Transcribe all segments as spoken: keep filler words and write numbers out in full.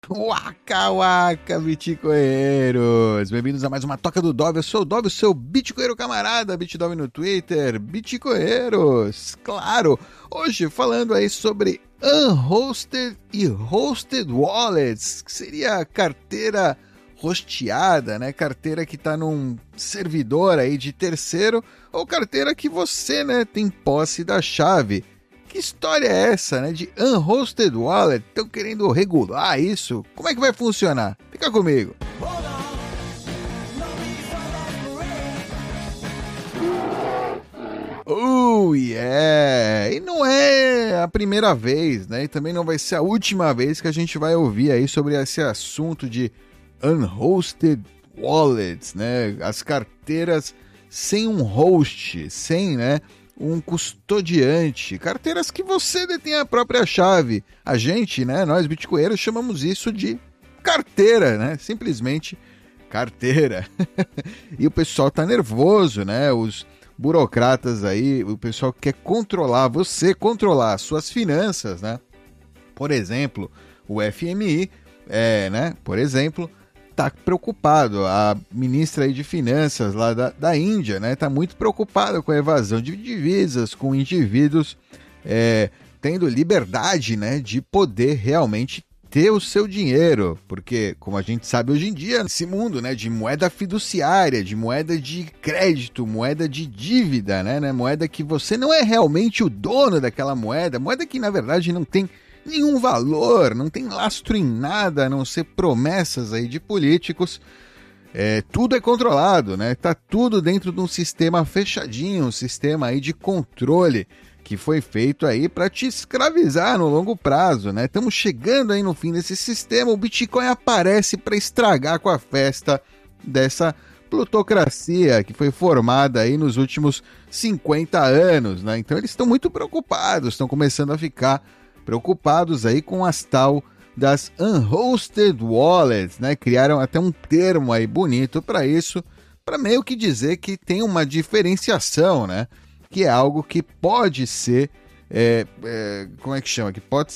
Waka waka, bitcoinheiros! Bem-vindos a mais uma Toca do Dove. Eu sou o Dove, o seu bitcoinheiro camarada, bitdove no Twitter, bitcoinheiros, claro! Hoje falando aí sobre unhosted e hosted wallets, que seria carteira hosteada, né? Carteira que está num servidor aí de terceiro ou carteira que você, né, tem posse da chave. Que história é essa, né? De unhosted wallet? Estão querendo regular isso? Como é que vai funcionar? Fica comigo. Oh, yeah! E não é a primeira vez, né? E também não vai ser a última vez que a gente vai ouvir aí sobre esse assunto de unhosted wallets, né? As carteiras sem um host, sem, né, um custodiante, carteiras que você detém a própria chave. A gente, né, nós bitcoinheiros chamamos isso de carteira, né? Simplesmente carteira. E o pessoal tá nervoso, né? Os burocratas aí, o pessoal que quer controlar você, controlar as suas finanças, né? Por exemplo, o F M I, é, né? Por exemplo, tá preocupado. A ministra aí de Finanças lá da, da Índia, né, tá muito preocupada com a evasão de divisas, com indivíduos é, tendo liberdade, né, de poder realmente ter o seu dinheiro, porque, como a gente sabe hoje em dia, nesse mundo, né, de moeda fiduciária, de moeda de crédito, moeda de dívida, né, né, moeda que você não é realmente o dono daquela moeda, moeda que na verdade não tem nenhum valor, não tem lastro em nada, a não ser promessas aí de políticos. É, tudo é controlado, né? Tá tudo dentro de um sistema fechadinho, um sistema aí de controle que foi feito aí para te escravizar no longo prazo, né? Estamos chegando aí no fim desse sistema, o Bitcoin aparece para estragar com a festa dessa plutocracia que foi formada aí nos últimos cinquenta anos, né? Então eles estão muito preocupados, estão começando a ficar preocupados aí com as tal das unhosted wallets, né? Criaram até um termo aí bonito para isso, para meio que dizer que tem uma diferenciação, né? Que é algo que pode ser, é, é, como é que chama? Que pode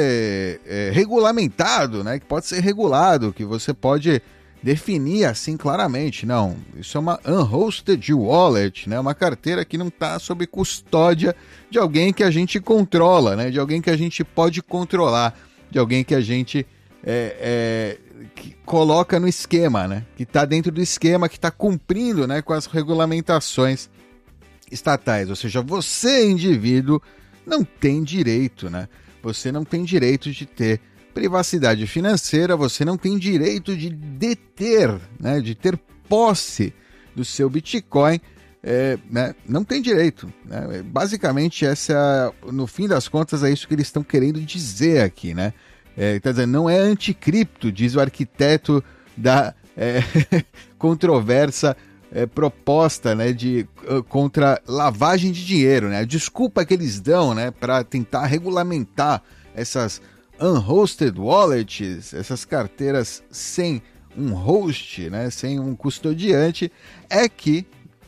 ser é, regulamentado, né? Que pode ser regulado, que você pode definir assim claramente. Não, isso é uma unhosted wallet, né? Uma carteira que não está sob custódia de alguém que a gente controla, né? De alguém que a gente pode controlar, de alguém que a gente é, é, que coloca no esquema, né? Que está dentro do esquema, que está cumprindo, né, com as regulamentações estatais. Ou seja, você, indivíduo, não tem direito, né? Você não tem direito de ter privacidade financeira, você não tem direito de deter, né, de ter posse do seu Bitcoin, é, né, não tem direito. Né? Basicamente, essa, no fim das contas, é isso que eles estão querendo dizer aqui. Né? É, quer dizer, não é anticripto, diz o arquiteto da é, controversa é, proposta, né, de, uh, contra lavagem de dinheiro. Né? A desculpa que eles dão, né, para tentar regulamentar essas unhosted wallets, essas carteiras sem um host, né, sem um custodiante, é que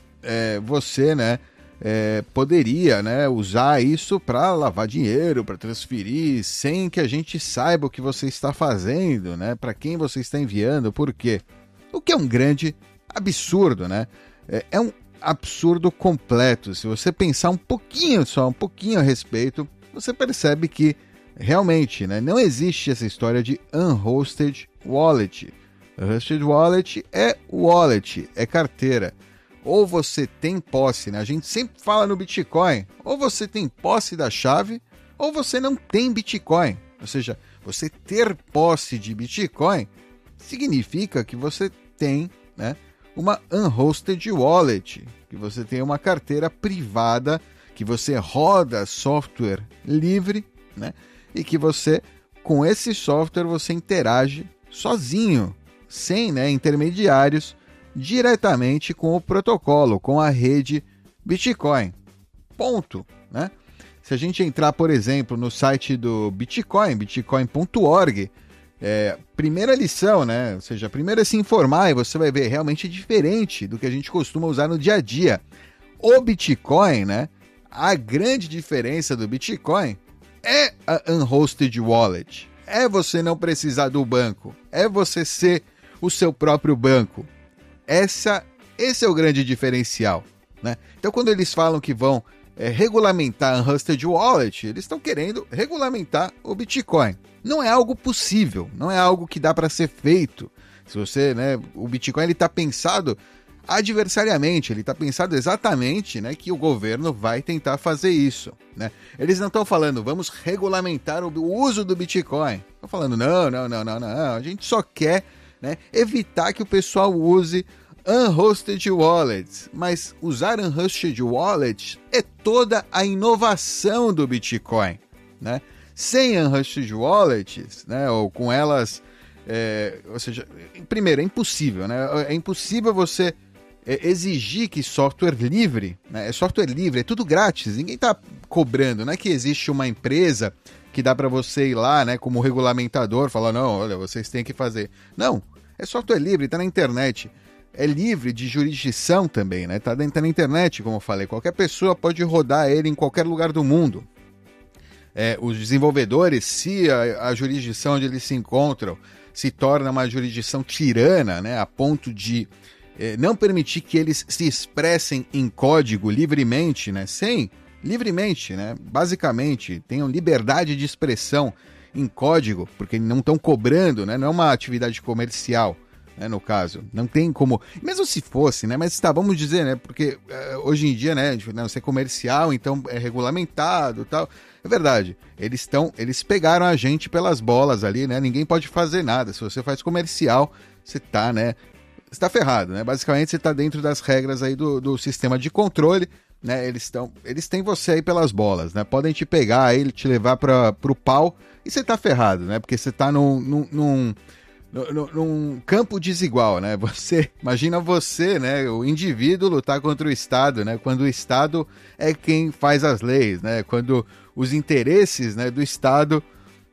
é, você, né, é, poderia, né, usar isso para lavar dinheiro, para transferir, sem que a gente saiba o que você está fazendo, né, para quem você está enviando, por quê? O que é um grande absurdo, né? É, é um absurdo completo. Se você pensar um pouquinho só, um pouquinho a respeito, você percebe que realmente, né, não existe essa história de unhosted wallet. Unhosted wallet é wallet, é carteira. Ou você tem posse, né? A gente sempre fala no Bitcoin, ou você tem posse da chave, ou você não tem Bitcoin. Ou seja, você ter posse de Bitcoin significa que você tem, né, uma unhosted wallet, que você tem uma carteira privada, que você roda software livre, né? E que você, com esse software, você interage sozinho, sem, né, intermediários, diretamente com o protocolo, com a rede Bitcoin. Ponto, né? Se a gente entrar, por exemplo, no site do Bitcoin, bitcoin ponto org, é, primeira lição, né? Ou seja, primeiro é se informar e você vai ver realmente diferente do que a gente costuma usar no dia a dia. O Bitcoin, né? A grande diferença do Bitcoin é a unhosted wallet. é você não precisar do banco, é você ser o seu próprio banco. Essa, esse é o grande diferencial, né? Então, quando eles falam que vão é, regulamentar a Unhosted Wallet, eles estão querendo regulamentar o Bitcoin. Não é algo possível, não é algo que dá para ser feito. Se você, né, o Bitcoin está pensado adversariamente, ele está pensado exatamente, né, que o governo vai tentar fazer isso, né? Eles não estão falando, vamos regulamentar o uso do Bitcoin. Estão falando, não, não, não, não, não, a gente só quer, né, evitar que o pessoal use unhosted wallets. Mas usar unhosted wallets é toda a inovação do Bitcoin, né? Sem unhosted wallets, né, ou com elas, é, ou seja, primeiro, é impossível, né? É impossível você é, exigir que software livre, né? É software livre, é tudo grátis, ninguém está cobrando, não é que existe uma empresa que dá para você ir lá, né, como regulamentador, falar, não, olha, vocês têm que fazer. Não, é software livre, está na internet. É livre de jurisdição também, né? Está dentro da internet, como eu falei. Qualquer pessoa pode rodar ele em qualquer lugar do mundo. É, os desenvolvedores, se a, a jurisdição onde eles se encontram se torna uma jurisdição tirana, né, a ponto de é, não permitir que eles se expressem em código livremente, né, sem, livremente, né, basicamente, tenham liberdade de expressão em código, porque não estão cobrando, né, não é uma atividade comercial, né, no caso, não tem como, mesmo se fosse, né, mas tá, vamos dizer, né, porque uh, hoje em dia, né, não ser comercial, então é regulamentado e tal, é verdade, eles estão, eles pegaram a gente pelas bolas ali, né, ninguém pode fazer nada, se você faz comercial, você tá, né, você tá ferrado, né, basicamente você tá dentro das regras aí do, do sistema de controle, né, eles estão, eles têm você aí pelas bolas, né, podem te pegar aí, te levar para pro pau e você tá ferrado, né, porque você tá num, num, num num campo desigual, né? Você, imagina você, né? O indivíduo lutar contra o Estado, né? Quando o Estado é quem faz as leis, né? Quando os interesses, né, do Estado,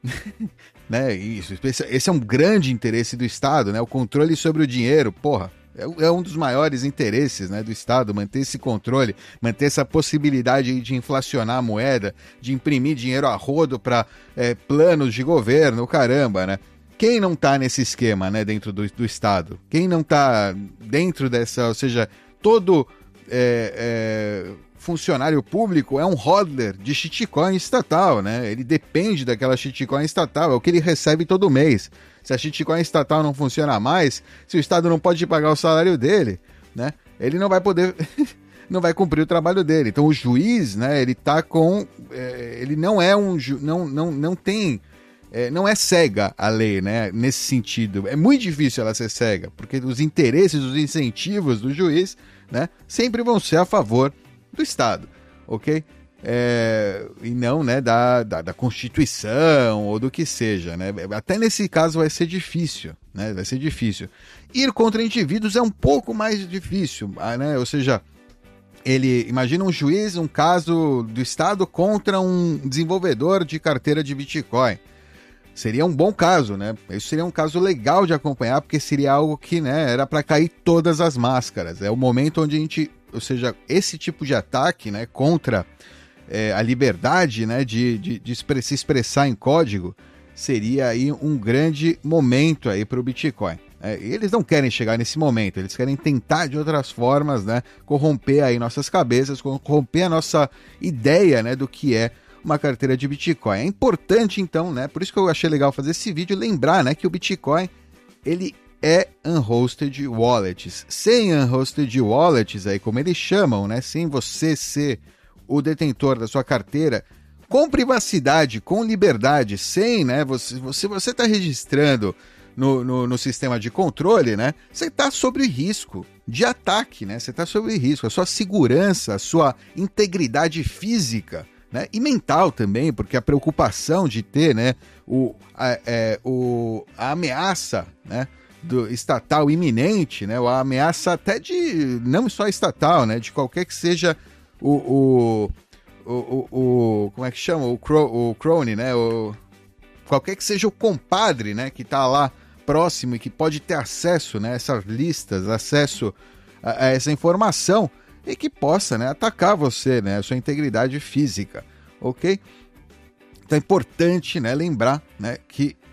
né? Isso, esse é um grande interesse do Estado, né? O controle sobre o dinheiro, porra, é, é um dos maiores interesses, né, do Estado, manter esse controle, manter essa possibilidade de inflacionar a moeda, de imprimir dinheiro a rodo para é, planos de governo, caramba, né? Quem não está nesse esquema, né, dentro do, do Estado? Quem não está dentro dessa, ou seja, todo é, é, funcionário público é um hodler de shitcoin estatal, né? Ele depende daquela shitcoin estatal, é o que ele recebe todo mês. Se a shitcoin estatal não funciona mais, se o Estado não pode pagar o salário dele, né, ele não vai poder... não vai cumprir o trabalho dele. Então o juiz, né, ele tá com... É, ele não é um... Ju, não, não, não tem... É, não é cega a lei, né, nesse sentido. É muito difícil ela ser cega, porque os interesses, os incentivos do juiz, né, sempre vão ser a favor do Estado, ok? É, e não, né, da, da, da Constituição ou do que seja, né? Até nesse caso vai ser difícil, né? Vai ser difícil. Ir contra indivíduos é um pouco mais difícil, né? Ou seja, ele imagina um juiz, um caso do Estado contra um desenvolvedor de carteira de Bitcoin. Seria um bom caso, né? Isso seria um caso legal de acompanhar, porque seria algo que, né, era para cair todas as máscaras. É o momento onde a gente, ou seja, esse tipo de ataque, né, contra é, a liberdade, né, de, de, de se expressar em código, seria aí um grande momento aí para o Bitcoin. É, e eles não querem chegar nesse momento, eles querem tentar de outras formas, né, corromper aí nossas cabeças, corromper a nossa ideia, né, do que é uma carteira de Bitcoin. É importante, então, né? Por isso que eu achei legal fazer esse vídeo, lembrar, né, que o Bitcoin, ele é unhosted wallets. Sem unhosted wallets, aí, como eles chamam, né? Sem você ser o detentor da sua carteira, com privacidade, com liberdade, sem, né? Você você você está registrando no, no, no sistema de controle, né? Você está sob risco de ataque, né? Você está sob risco. A sua segurança, a sua integridade física, né, e mental também, porque a preocupação de ter, né, o, a, é, o, a ameaça, né, do estatal iminente, né, a ameaça até de, não só estatal, né, de qualquer que seja o, o, o, o, o como é que chama? O, cro, o crony, né, o, qualquer que seja o compadre, né, que está lá próximo e que pode ter acesso, né, a essas listas, acesso a, a essa informação, e que possa, né, atacar você, né, a sua integridade física, ok? Então é importante, né, lembrar, né, que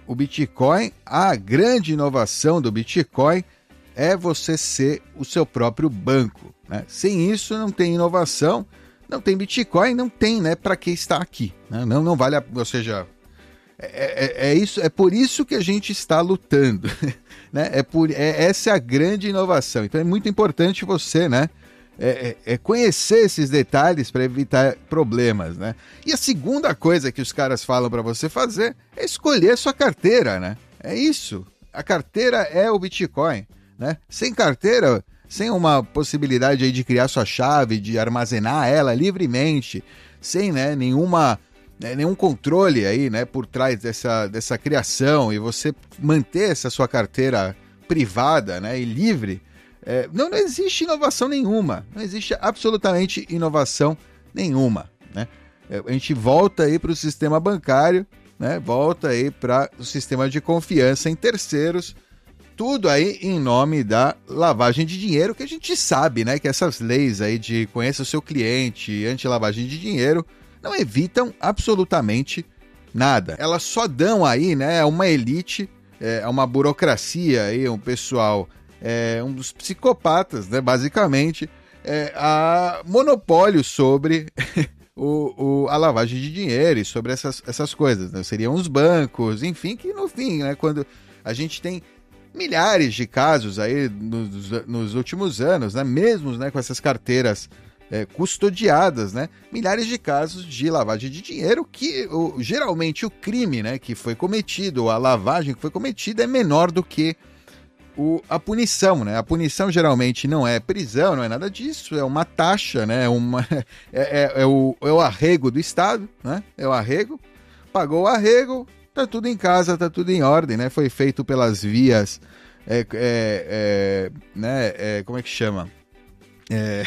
o Bitcoin, a grande inovação do Bitcoin é você ser o seu próprio banco, né? Sem isso não tem inovação, não tem Bitcoin, não tem, né, para que estar aqui, né? Não, não vale a, ou seja, é, é, é, isso, é por isso que a gente está lutando, né? É por, é, essa é a grande inovação. Então é muito importante você, né, é, é, é conhecer esses detalhes para evitar problemas, né? E a segunda coisa que os caras falam para você fazer é escolher a sua carteira, né? É isso. A carteira é o Bitcoin, né? Sem carteira, sem uma possibilidade aí de criar sua chave, de armazenar ela livremente, sem, né, nenhuma, né, nenhum controle aí, né, por trás dessa, dessa criação, e você manter essa sua carteira privada, né, e livre, é, não, não existe inovação nenhuma, não existe absolutamente inovação nenhuma, né? A gente volta aí para o sistema bancário, né, volta aí para o sistema de confiança em terceiros, tudo aí em nome da lavagem de dinheiro, que a gente sabe, né, que essas leis aí de conheça o seu cliente, anti-lavagem de dinheiro, não evitam absolutamente nada. Elas só dão aí, né, uma elite, é, uma burocracia aí, um pessoal, é, um dos psicopatas, né, basicamente, é, a monopólio sobre o, o, a lavagem de dinheiro e sobre essas, essas coisas, né? Seriam os bancos, enfim, que no fim, né, quando a gente tem milhares de casos aí nos, nos últimos anos, né, mesmo, né, com essas carteiras é, custodiadas, né, milhares de casos de lavagem de dinheiro que o, geralmente o crime, né, que foi cometido, a lavagem que foi cometida é menor do que o, a punição, né? A punição geralmente não é prisão, não é nada disso, é uma taxa, né, é, uma, é, é, é, o, é o arrego do Estado, né, é o arrego, pagou o arrego, tá tudo em casa, tá tudo em ordem, né? Foi feito pelas vias, é, é, é, né? É, como é que chama? É,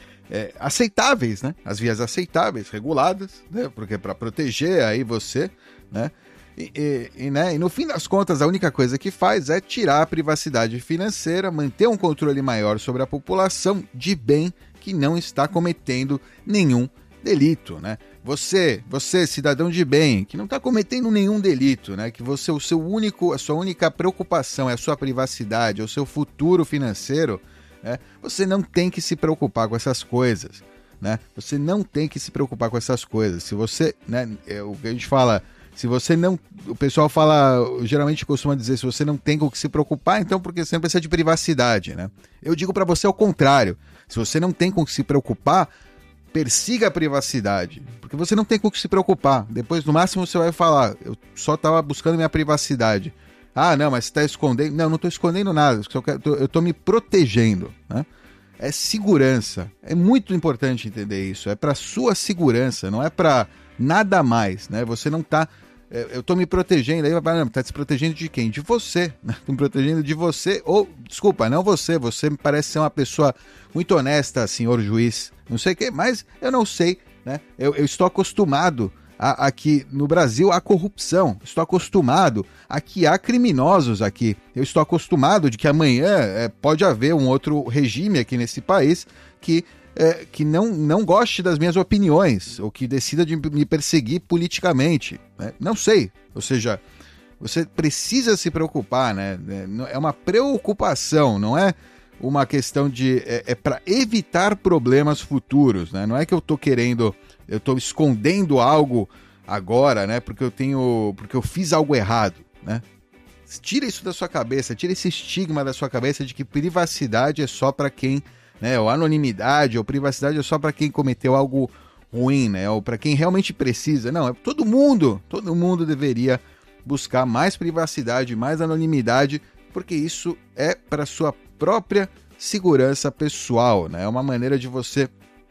é, aceitáveis, né? As vias aceitáveis, reguladas, né? Porque para proteger aí você, né? E, e, e, né? E no fim das contas, a única coisa que faz é tirar a privacidade financeira, manter um controle maior sobre a população de bem que não está cometendo nenhum delito, né? Você, você, cidadão de bem, que não está cometendo nenhum delito, né? Que você, o seu único, a sua única preocupação é a sua privacidade, é o seu futuro financeiro, né? Você não tem que se preocupar com essas coisas, né? Você não tem que se preocupar com essas coisas. Se você, né? É o que a gente fala, se você não, o pessoal fala, geralmente costuma dizer, se você não tem com o que se preocupar, então porque você não precisa de privacidade, né? Eu digo para você ao contrário. Se você não tem com o que se preocupar, persiga a privacidade, porque você não tem com o que se preocupar. Depois, no máximo, você vai falar, eu só estava buscando minha privacidade. Ah, não, mas você está escondendo. Não, não estou escondendo nada, eu estou me protegendo, né? É segurança. É muito importante entender isso. É para sua segurança, não é para nada mais, né? Você não está... Eu estou me protegendo, aí vai falar, está se protegendo de quem? De você, né? Estou me protegendo de você, ou, desculpa, não você, você me parece ser uma pessoa muito honesta, senhor juiz, não sei o que, mas eu não sei, né? Eu, eu estou acostumado a, a que no Brasil há corrupção, estou acostumado a que há criminosos aqui, eu estou acostumado de que amanhã é, pode haver um outro regime aqui nesse país que... É, que não, não goste das minhas opiniões, ou que decida de me perseguir politicamente, né? Não sei, ou seja, você precisa se preocupar, né? É uma preocupação, não é uma questão de... É, é para evitar problemas futuros, né? Não é que eu estou querendo, eu estou escondendo algo agora, né? Porque eu tenho, porque eu fiz algo errado, né? Tira isso da sua cabeça, tira esse estigma da sua cabeça de que privacidade é só para quem... né, ou anonimidade ou privacidade é só para quem cometeu algo ruim, né, ou para quem realmente precisa. Não, é todo mundo, todo mundo deveria buscar mais privacidade, mais anonimidade, porque isso é para sua própria segurança pessoal, né? É uma maneira de você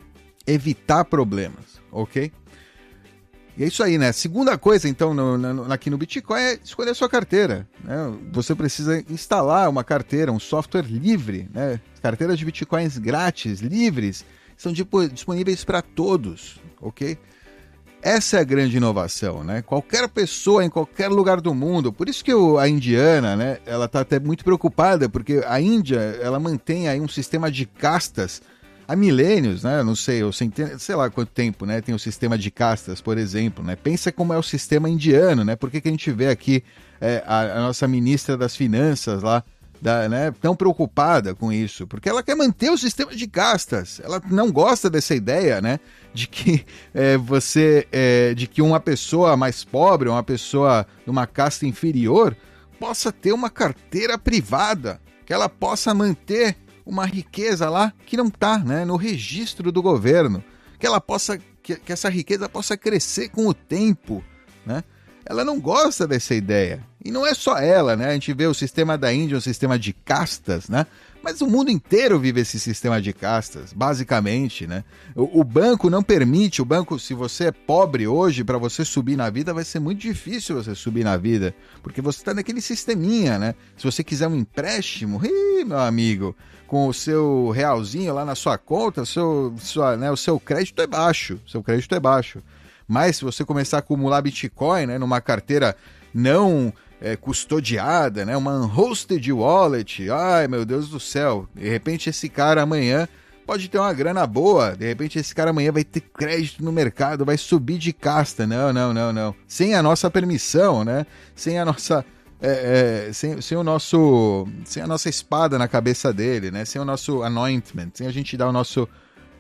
evitar problemas, ok? E é isso aí, né? Segunda coisa, então, no, no, aqui no Bitcoin é escolher a sua carteira, né? Você precisa instalar uma carteira, um software livre, né? Carteiras de Bitcoins grátis, livres, são disponíveis para todos, ok? Essa é a grande inovação, né? Qualquer pessoa em qualquer lugar do mundo, por isso que o, a indiana, né? Ela está até muito preocupada, porque a Índia, ela mantém aí um sistema de castas há milênios, né? Não sei, eu sei, sei lá quanto tempo, né? Tem o sistema de castas, por exemplo, né? Pensa como é o sistema indiano, né? Por que que a gente vê aqui é, a, a nossa ministra das Finanças lá, da, né, tão preocupada com isso? Porque ela quer manter o sistema de castas. Ela não gosta dessa ideia, né, de que é, você, é, de que uma pessoa mais pobre, uma pessoa de uma casta inferior, possa ter uma carteira privada, que ela possa manter uma riqueza lá que não está, né, no registro do governo, que ela possa, que, que essa riqueza possa crescer com o tempo, né? Ela não gosta dessa ideia. E não é só ela, né? A gente vê o sistema da Índia, um sistema de castas, né? Mas o mundo inteiro vive esse sistema de castas, basicamente, né? O, o banco não permite, o banco, se você é pobre hoje, para você subir na vida, vai ser muito difícil você subir na vida, porque você está naquele sisteminha, né? Se você quiser um empréstimo, ih, meu amigo, com o seu realzinho lá na sua conta, o seu, sua, né, o seu crédito é baixo, seu crédito é baixo. Mas se você começar a acumular Bitcoin, né, numa carteira não é, custodiada, né, uma unhosted wallet, ai meu Deus do céu, de repente esse cara amanhã pode ter uma grana boa, de repente esse cara amanhã vai ter crédito no mercado, vai subir de casta, não, não, não, não, sem a nossa permissão, né, sem a nossa, é, é, sem, sem o nosso, sem a nossa espada na cabeça dele, né, sem o nosso anointment, sem a gente dar o nosso...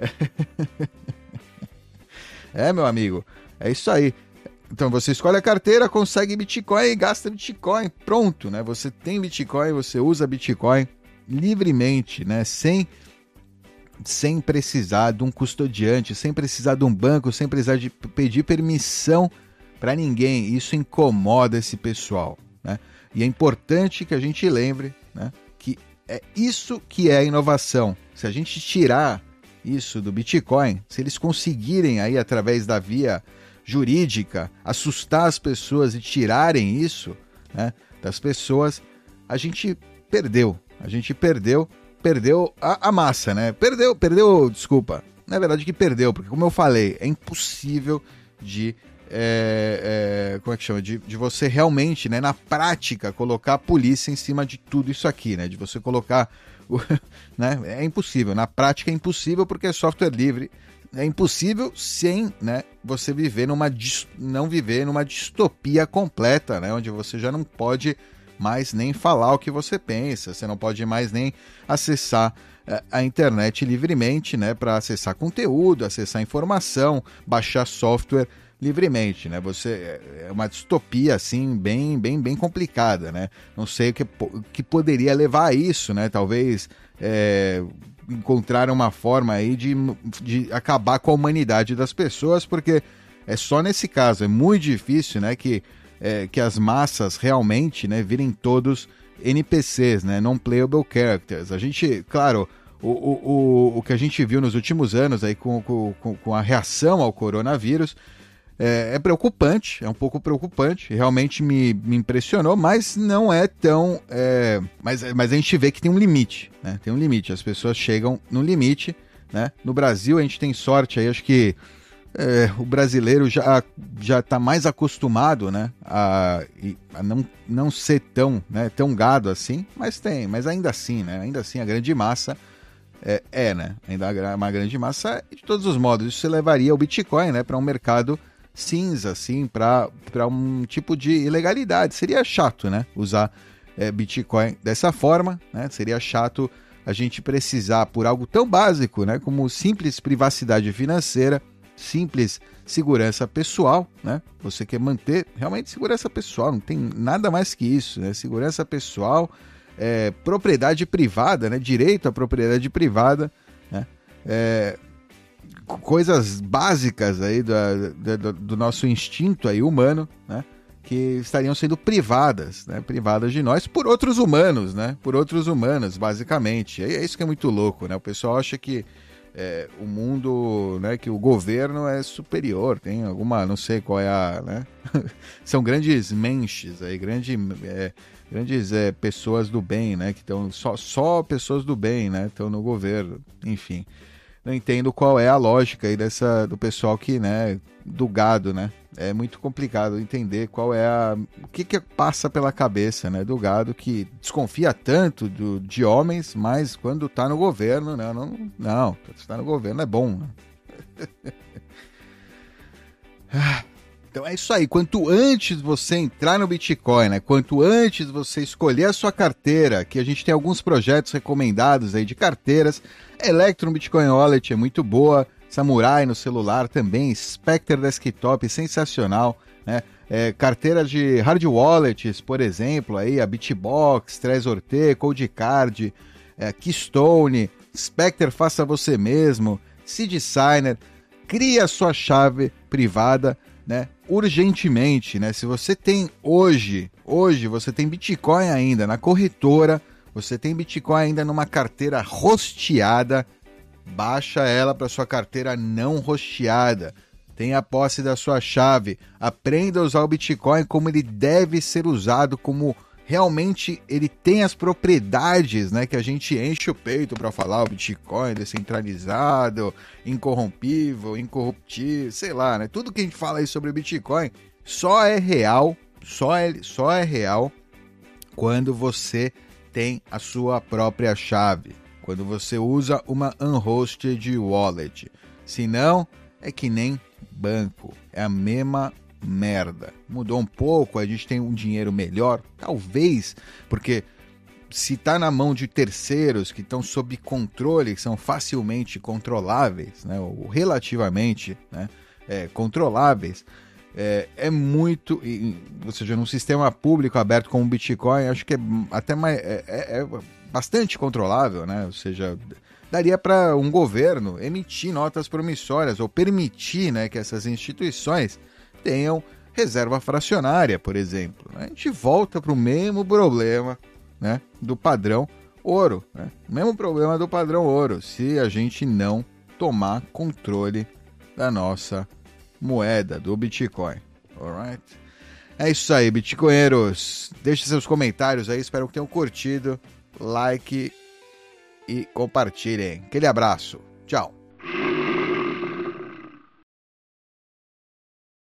É, meu amigo, é isso aí. Então você escolhe a carteira, consegue Bitcoin e gasta Bitcoin, pronto, né? Você tem Bitcoin, você usa Bitcoin livremente, né? Sem, sem precisar de um custodiante, sem precisar de um banco, sem precisar de pedir permissão para ninguém. Isso incomoda esse pessoal, né? E é importante que a gente lembre, né, que é isso que é a inovação. Se a gente tirar isso do Bitcoin, se eles conseguirem aí através da via jurídica assustar as pessoas e tirarem isso, né, das pessoas, a gente perdeu, a gente perdeu, perdeu a, a massa, né? Perdeu, perdeu, desculpa, na verdade que perdeu, porque como eu falei, é impossível de é, é, como é que chama? De, de você realmente, né, na prática, colocar a polícia em cima de tudo isso aqui, né? De você colocar né? É impossível, na prática é impossível porque é software livre, é impossível sem, né, você viver numa, não viver numa distopia completa, né, onde você já não pode mais nem falar o que você pensa, você não pode mais nem acessar é, a internet livremente, né, para acessar conteúdo, acessar informação, baixar software livremente, né? Você é uma distopia assim bem, bem, bem complicada, né? Não sei o que, o que poderia levar a isso, né? Talvez é, encontrar uma forma aí de, de acabar com a humanidade das pessoas, porque é só nesse caso, é muito difícil, né? Que, é, que as massas realmente, né, virem todos N P Cs, né? Non-playable characters. A gente, claro, o, o, o, o que a gente viu nos últimos anos aí com, com, com a reação ao coronavírus É, é preocupante, é um pouco preocupante, realmente me, me impressionou, mas não é tão... É, mas, mas a gente vê que tem um limite, né? Tem um limite, as pessoas chegam no limite, né? No Brasil a gente tem sorte aí, acho que é, o brasileiro já já está mais acostumado, né, a, a não, não ser tão, né, tão gado assim, mas tem, mas ainda assim, né? Ainda assim a grande massa é, é né? Ainda uma grande massa de todos os modos. Isso levaria o Bitcoin, né, para um mercado cinza, assim, para um tipo de ilegalidade. Seria chato, né, usar é, Bitcoin dessa forma, né? Seria chato a gente precisar por algo tão básico, né, como simples privacidade financeira, simples segurança pessoal, né? Você quer manter realmente segurança pessoal, não tem nada mais que isso, né? Segurança pessoal, é, propriedade privada, né? Direito à propriedade privada, né? É, coisas básicas aí do, do, do nosso instinto aí humano, né, que estariam sendo privadas, né, privadas de nós por outros humanos, né, por outros humanos, basicamente. É isso que é muito louco, né? O pessoal acha que é, o mundo, né, que o governo é superior, tem alguma, não sei qual é a, né? São grandes mentes aí, grande, é, grandes é, pessoas do bem, né, que estão só, só pessoas do bem, né, estão no governo, enfim. Não entendo qual é a lógica aí dessa, do pessoal que, né, do gado, né? É muito complicado entender qual é a... o que que passa pela cabeça, né, do gado que desconfia tanto do, de homens, mas quando tá no governo, né, não, não, tá no governo é bom, né? Então é isso aí, quanto antes você entrar no Bitcoin, né? Quanto antes você escolher a sua carteira, que a gente tem alguns projetos recomendados aí de carteiras, Electrum Bitcoin Wallet é muito boa, Samurai no celular também, Spectre Desktop, sensacional, né? É, carteira de hard wallets, por exemplo, aí a Bitbox, Trezor T, Coldcard, é, Keystone, Spectre Faça Você Mesmo, Seed Signer, cria a sua chave privada, né, urgentemente, né? Se você tem hoje, hoje você tem Bitcoin ainda na corretora, você tem Bitcoin ainda numa carteira hosteada, baixa ela para sua carteira não hosteada. Tenha posse da sua chave, aprenda a usar o Bitcoin como ele deve ser usado, como realmente ele tem as propriedades, né, que a gente enche o peito para falar, o Bitcoin descentralizado, incorrompível, incorruptível, sei lá, né? Tudo que a gente fala aí sobre o Bitcoin só é real, só é, só é real quando você tem a sua própria chave, quando você usa uma unhosted wallet. Se não, é que nem banco, é a mesma merda. Mudou um pouco, a gente tem um dinheiro melhor, talvez, porque se está na mão de terceiros que estão sob controle, que são facilmente controláveis, né, ou relativamente, né, é, controláveis, é, é muito, ou seja, num sistema público aberto como o Bitcoin, acho que é até mais, é, é, é bastante controlável, né, ou seja, daria para um governo emitir notas promissórias ou permitir, né, que essas instituições tenham reserva fracionária, por exemplo. A gente volta para o mesmo problema, né, do padrão ouro. Né? O mesmo problema do padrão ouro, se a gente não tomar controle da nossa moeda, do Bitcoin. Alright? É isso aí, bitcoinheiros. Deixe seus comentários aí, espero que tenham curtido. Like e compartilhem. Aquele abraço. Tchau.